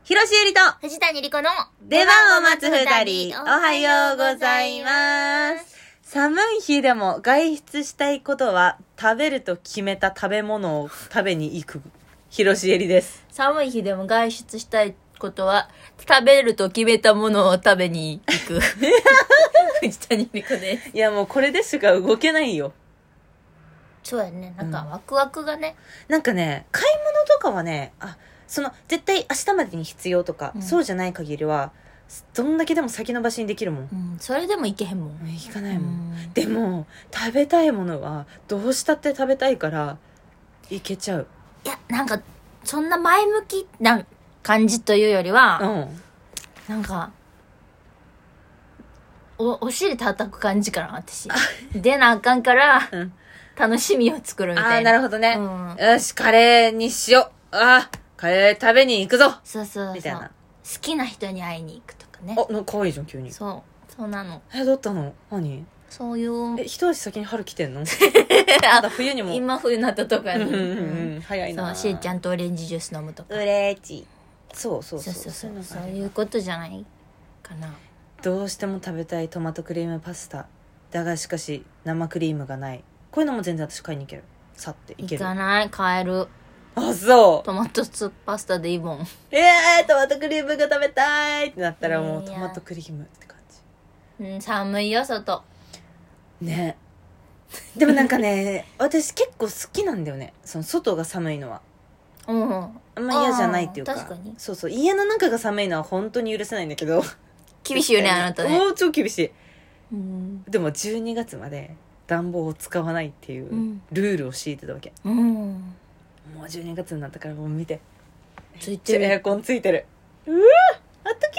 広瀬ゆりと藤谷莉子の出番を待つ二人、おはようございます。寒い日でも外出したいことは食べると決めた食べ物を食べに行く広瀬ゆりです。 寒い日でも外出したいことは食べると決めたものを食べに行く藤谷莉子です。 いやもうこれでしか動けないよ。 そうやね、なんかワクワクがね、 なんかね、買い物とかはね、絶対明日までに必要とか、そうじゃない限りはどんだけでも先延ばしにできるもん、 それでもいけへんもん、 行かないもん、でも食べたいものはどうしたって食べたいからいけちゃう。 いや、なんかそんな前向きな感じというよりは、なんかお尻叩く感じかな、私。出なあかんから、楽しみを作るみたいな。 なるほどね、よしカレーにしよう、カレー食べに行くぞ、 そうみたいな。 好きな人に会いに行くとかね。 可愛いじゃん急に。 そうなの。 どうったの、何そういう。 一足先に春来てんのまだ冬にも。 今冬になったとかに。早いな。 しーちゃんとオレンジジュース飲むとか。 うれち。そういうことじゃないかな。 どうしても食べたいトマトクリームパスタだが、しかし生クリームがない。こういうのも全然私買いに行ける。さって行ける。 行かない、買える。 そう。 トマトパスタでいいもん。 トマトクリームが食べたいってなったらもうトマトクリームって感じ。寒いよ外ね。でもなんかね私結構好きなんだよね、その外が寒いのは。あんま嫌じゃないっていうか。 確かに。 そう家の中が寒いのは本当に許せないんだけど。 厳しいよねあなたね。 もう超厳しい。でも12月まで暖房を使わないっていうルールを敷いてたわけ。もう12月になったからもう見て、 ついてる、 エアコンついてる。うわあった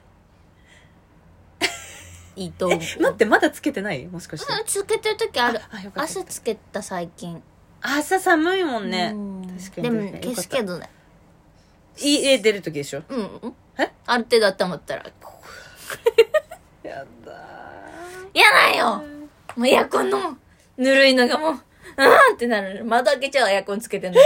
けいいと思う。 待って、まだつけてない？もしかして。 つけてる時ある。 よかった。 朝つけた最近。 朝寒いもんね。確かに。 でも消すけどね。 家出る時でしょ。 ある程度温まったらやだやないよ。もうエアコンのぬるいのがもうってなる。窓開けちゃう、エアコンつけてんの。 でも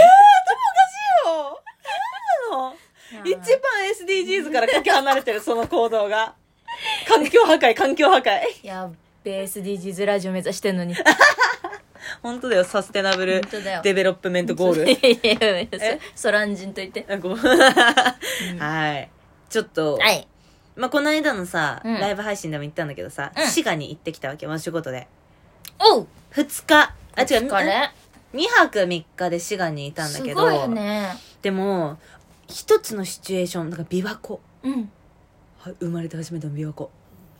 おかしいよ。一番 SDGs からかけ離れてるその行動が。環境破壊。 やっべ、SDGs ラジオ目指してんのに。 本当だよ、サステナブルデベロップメントゴール。 ソランジンと言って。 はい。ちょっと、この間のさ、ライブ配信でも言ったんだけどさ、滋賀に行ってきたわけ、お仕事で。2日。2泊3日で滋賀にいたんだけど。 すごいね。 でも、一つのシチュエーション、なんか琵琶湖。生まれて初めての琵琶湖。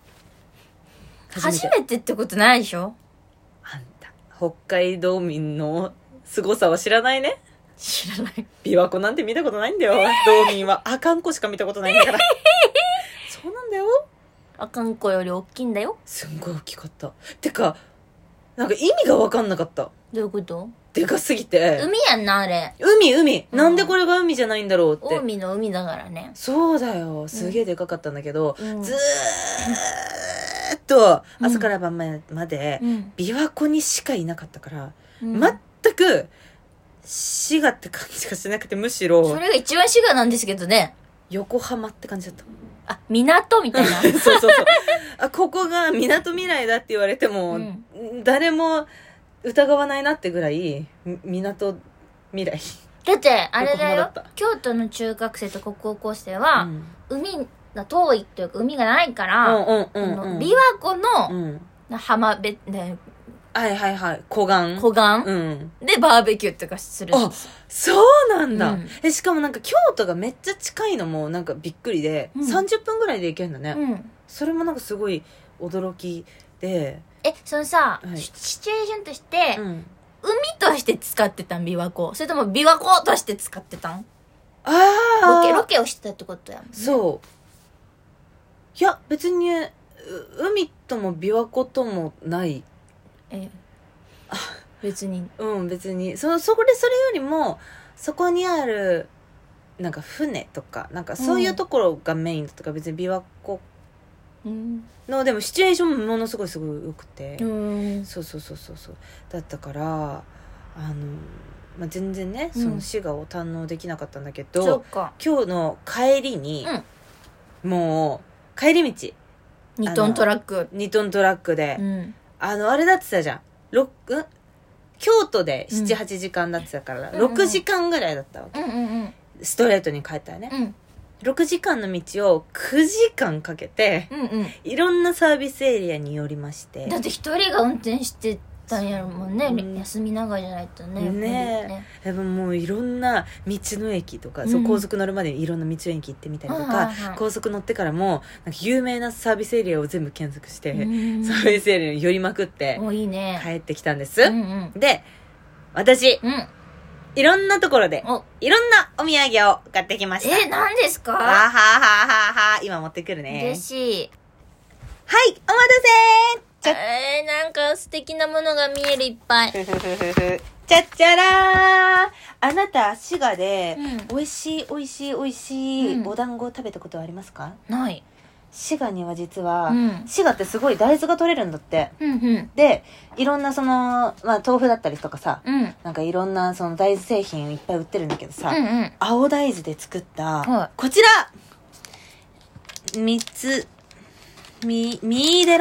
初めてってことないでしょ？ あんた北海道民の凄さは知らないね。 知らない。 琵琶湖なんて見たことないんだよ。道民は阿寒湖しか見たことないんだから。そうなんだよ。 阿寒湖より大きいんだよ。 すんごい大きかった。てかなんか意味が分かんなかった。 どういうこと？でかすぎて。 海やんな、あれ。 海、なんでこれが海じゃないんだろうって。 海の海だからね。 そうだよ、すげえでかかったんだけど、ずーっと朝から晩まで琵琶湖にしかいなかったから、全く滋賀って感じがしなくて、むしろそれが一番滋賀なんですけどね。 横浜って感じだった。 港みたいな。 そうここが港未来だって言われても、誰も疑わないなってぐらい港未来だってあれだよ、京都の中学生と高校生は、海が遠いというか海がないから、琵琶湖の浜辺で、湖岸、でバーベキューとかする。 そうなんだ、しかもなんか京都がめっちゃ近いのもなんかびっくりで、30分ぐらいで行けるんだね、それもなんかすごい驚きで。 そのさ、シチュエーションとして、海として使ってたん、琵琶湖？それとも琵琶湖として使ってたん？ロケをしてたってことやもんね。 そう。いや別に海とも琵琶湖ともない。 別に別にそれよりもそこにあるなんか船とかなんかそういうところがメインだとか、別に琵琶湖のでもシチュエーションものすごい良くて、そうだったからまあ、全然ね、その滋賀を堪能できなかったんだけど、今日の帰りに、もう帰り道 2トントラックで、あれだってたじゃん、京都で 7,8 時間だってたから、6時間ぐらいだったわけ、ストレートに帰ったよね、6時間の道を9時間かけて、いろんなサービスエリアに寄りまして。 だって一人が運転してたんやろもんね、休みながらじゃないとね。 やっぱもういろんな道の駅とか、そう高速乗るまでにいろんな道の駅行ってみたりとか、高速乗ってからもなんか有名なサービスエリアを全部検索して、サービスエリアに寄りまくって帰ってきたんです。で、私、いろんなところでいろんなお土産を買ってきました。 何ですか？ ははははは、今持ってくるね。 嬉しい。 はい、お待たせー。なんか素敵なものが見える、いっぱい。 ちゃっちゃらー。あなた滋賀で美味しいお団子を食べたことはありますか？ ない。 滋賀には実は、滋賀ってすごい大豆が取れるんだって、でいろんなその、まあ、豆腐だったりとかさ、なんかいろんなその大豆製品いっぱい売ってるんだけどさ、青大豆で作った、こちら三井寺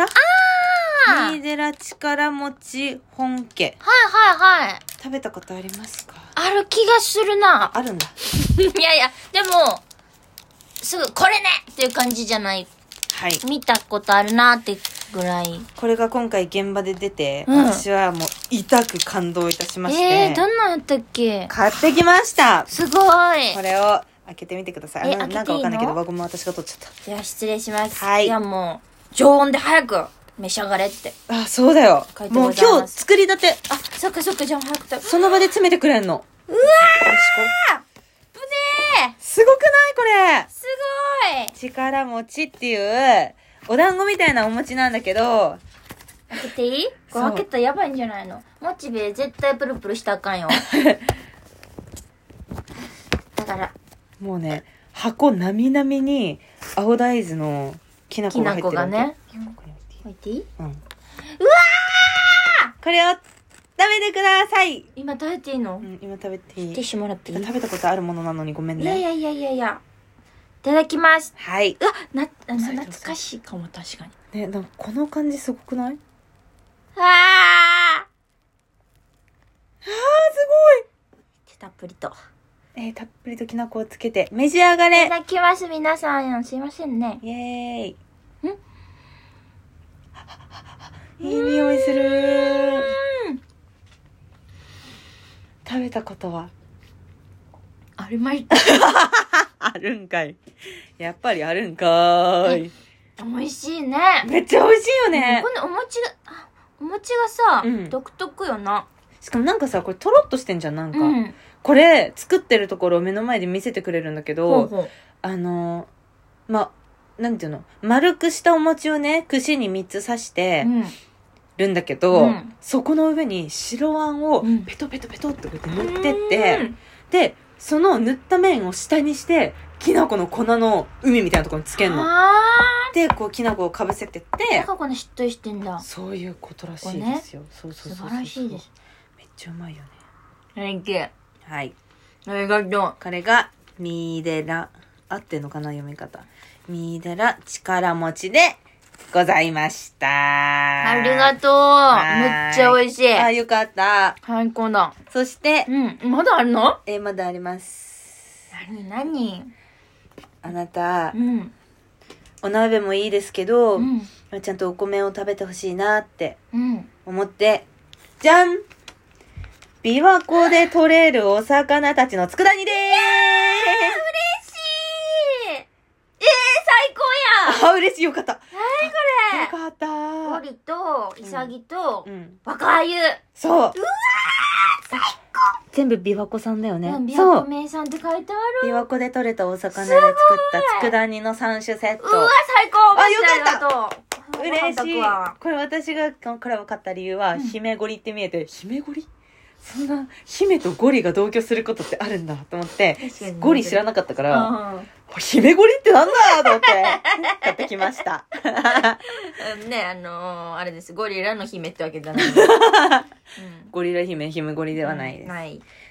力餅本家。 はい。 食べたことありますか？ ある気がするな。 あるんだ。 いや、でも、すぐ、これねっていう感じじゃない。 はい。 見たことあるなってぐらい。 これが今回現場で出て、私はもう痛く感動いたしまして。 どんなんやったっけ？ 買ってきました。 すごい。 これを開けてみてください。なんかわかんないけど、輪ゴム私が取っちゃった。 では失礼します。 はい。 いやもう、常温で早く召し上がれって。 あ、そうだよ。もう今日作りたて。 あ、そっか、じゃあ早く食べ。 その場で詰めてくれんの。 うわー！ぶねー！ すごくないこれ。 すごい。 力餅っていうお団子みたいなお餅なんだけど。 開けていい？これ開けたらやばいんじゃないの？モチベ絶対プルプルしたらあかんよ。だからもうね、箱なみなみに青大豆のきな粉が入ってるわけ。 きな粉がね。置いていい？うわー！ これを食べてください。 今食べていいの？ 今食べていい。 ティッシュもらっていい？ 食べたことあるものなのにごめんね。 いや。いただきます。 はい。 うわ、懐かしいかも、確かに。 ね、なんかこの感じすごくない？すごい。 たっぷりと。 たっぷりときな粉をつけて召し上がれ。 いただきます、皆さん。すいませんね。 イエーイ。いい匂いする。食べたことはありました。 あるんかい。やっぱりあるんかーい。 美味しいね。 めっちゃ美味しいよね。 このお餅がさ、独特よな。 しかもなんかさ、これトロッとしてんじゃん、なんか。これ、作ってるところを目の前で見せてくれるんだけど、なんていうの、丸くしたお餅をね、串に3つ刺してるんだけど、そこの上に白あんをペトペトペトってこうやって塗ってって、で、その塗った面を下にして、きな粉の粉の海みたいなところにつけんの。で、こうきな粉をかぶせてって。 中このしっとりしてんだ。 そういうことらしいですよ。そう。 素晴らしいです。 めっちゃうまいよね。 はい。 ありがとう。これが、ミーデラ。合ってんのかな、読み方。ミーデラ力餅でございました。 ありがとう。めっちゃ美味しい。 あ、よかった。 最高だ。 そして、 まだあるの？ まだあります。 何？ あなた、お鍋もいいですけど、ちゃんとお米を食べてほしいなって思って、じゃん！琵琶湖で取れるお魚たちの佃煮でーす。 嬉しい。最高やん。 嬉しい、よかった。 何これ。 よかった。 ゴリとイサギとバカユ。 そう。うわー、 最高。 全部琵琶湖産だよね。 琵琶湖名産って書いてある。 琵琶湖で取れたお魚で作った佃煮の3種セット。 うわ、最高。 あ、よかった。嬉しい。これ私がこれを買った理由は、姫ゴリって見えて、姫ゴリ？そんな姫とゴリが同居することってあるんだと思って、ゴリ知らなかったから、姫ゴリってなんだと思って買ってきました。 ね、あれです。ゴリラの姫ってわけじゃない。 ゴリラ姫、姫ゴリではないです。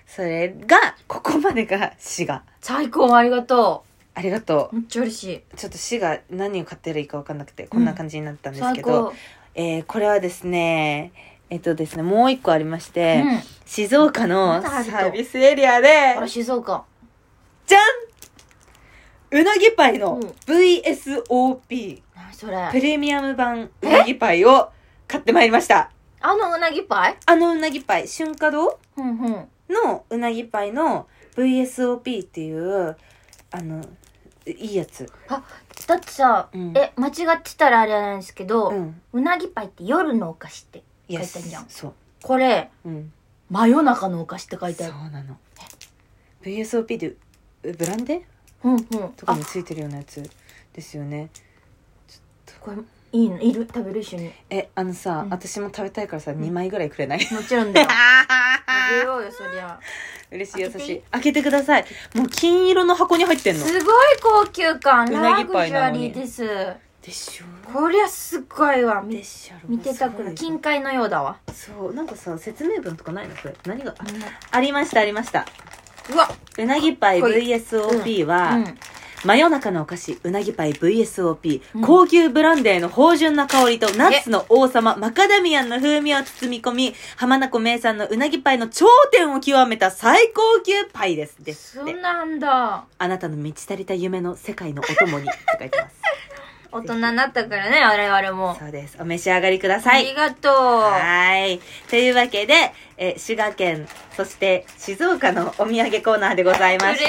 それが、ここまでが滋賀。 最高、ありがとう。ありがとう。めっちゃ嬉しい。 ちょっと滋賀何を買ってらいいか分かんなくて、こんな感じになったんですけど、これはですね、ですね、もう一個ありまして、静岡のサービスエリアで、 静岡。 じゃんうなぎパイの VSOP。 何それ？ プレミアム版うなぎパイを買ってまいりました。 うなぎパイ？ うなぎパイ、春華堂のうなぎパイの VSOP っていう、いいやつ。 だってさ、間違ってたらあれなんですけど、うなぎパイって夜のお菓子って書いてあるじゃん。 そう。 これ、真夜中のお菓子って書いてある。 そうなの。VSOP でブランデとかについてるようなやつですよね。 ちょっとこれいいの？いる？食べる？一緒に。 私も食べたいからさ、2枚ぐらいくれない？ もちろんだよ。食べようよ、そりゃ。 嬉しい、優しい。開けてください。もう金色の箱に入ってんの。 すごい高級感。ラグジュアリーです。 でしょ？ こりゃすごいわ。見てたくない。金塊のようだわ。 そう、なんかさ、説明文とかないのこれ。何が？ありました、ありました。 うわ、 うなぎパイ VSOP は、真夜中のお菓子、うなぎパイ VSOP、高級ブランデーの芳醇な香りとナッツの王様、マカダミアンの風味を包み込み、浜名湖名産のうなぎパイの頂点を極めた最高級パイです。 そうなんだ。 あなたの満ち足りた夢の世界のお供に、って書いてます。 大人になったからね、我々も。 そうです。お召し上がりください。 ありがとう。 はい。というわけで、滋賀県、そして静岡のお土産コーナーでございました。イエーイ。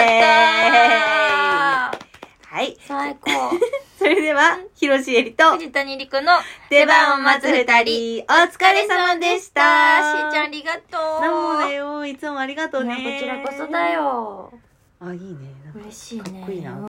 はい。 最高。 それでは、広瀬えりと藤谷莉子の出番を待つ二人、お疲れ様でした。 しーちゃんありがとう。 なんもだよ。いつもありがとうね。 こちらこそだよ。 あ、いいね。 嬉しいね。 かっこいいな。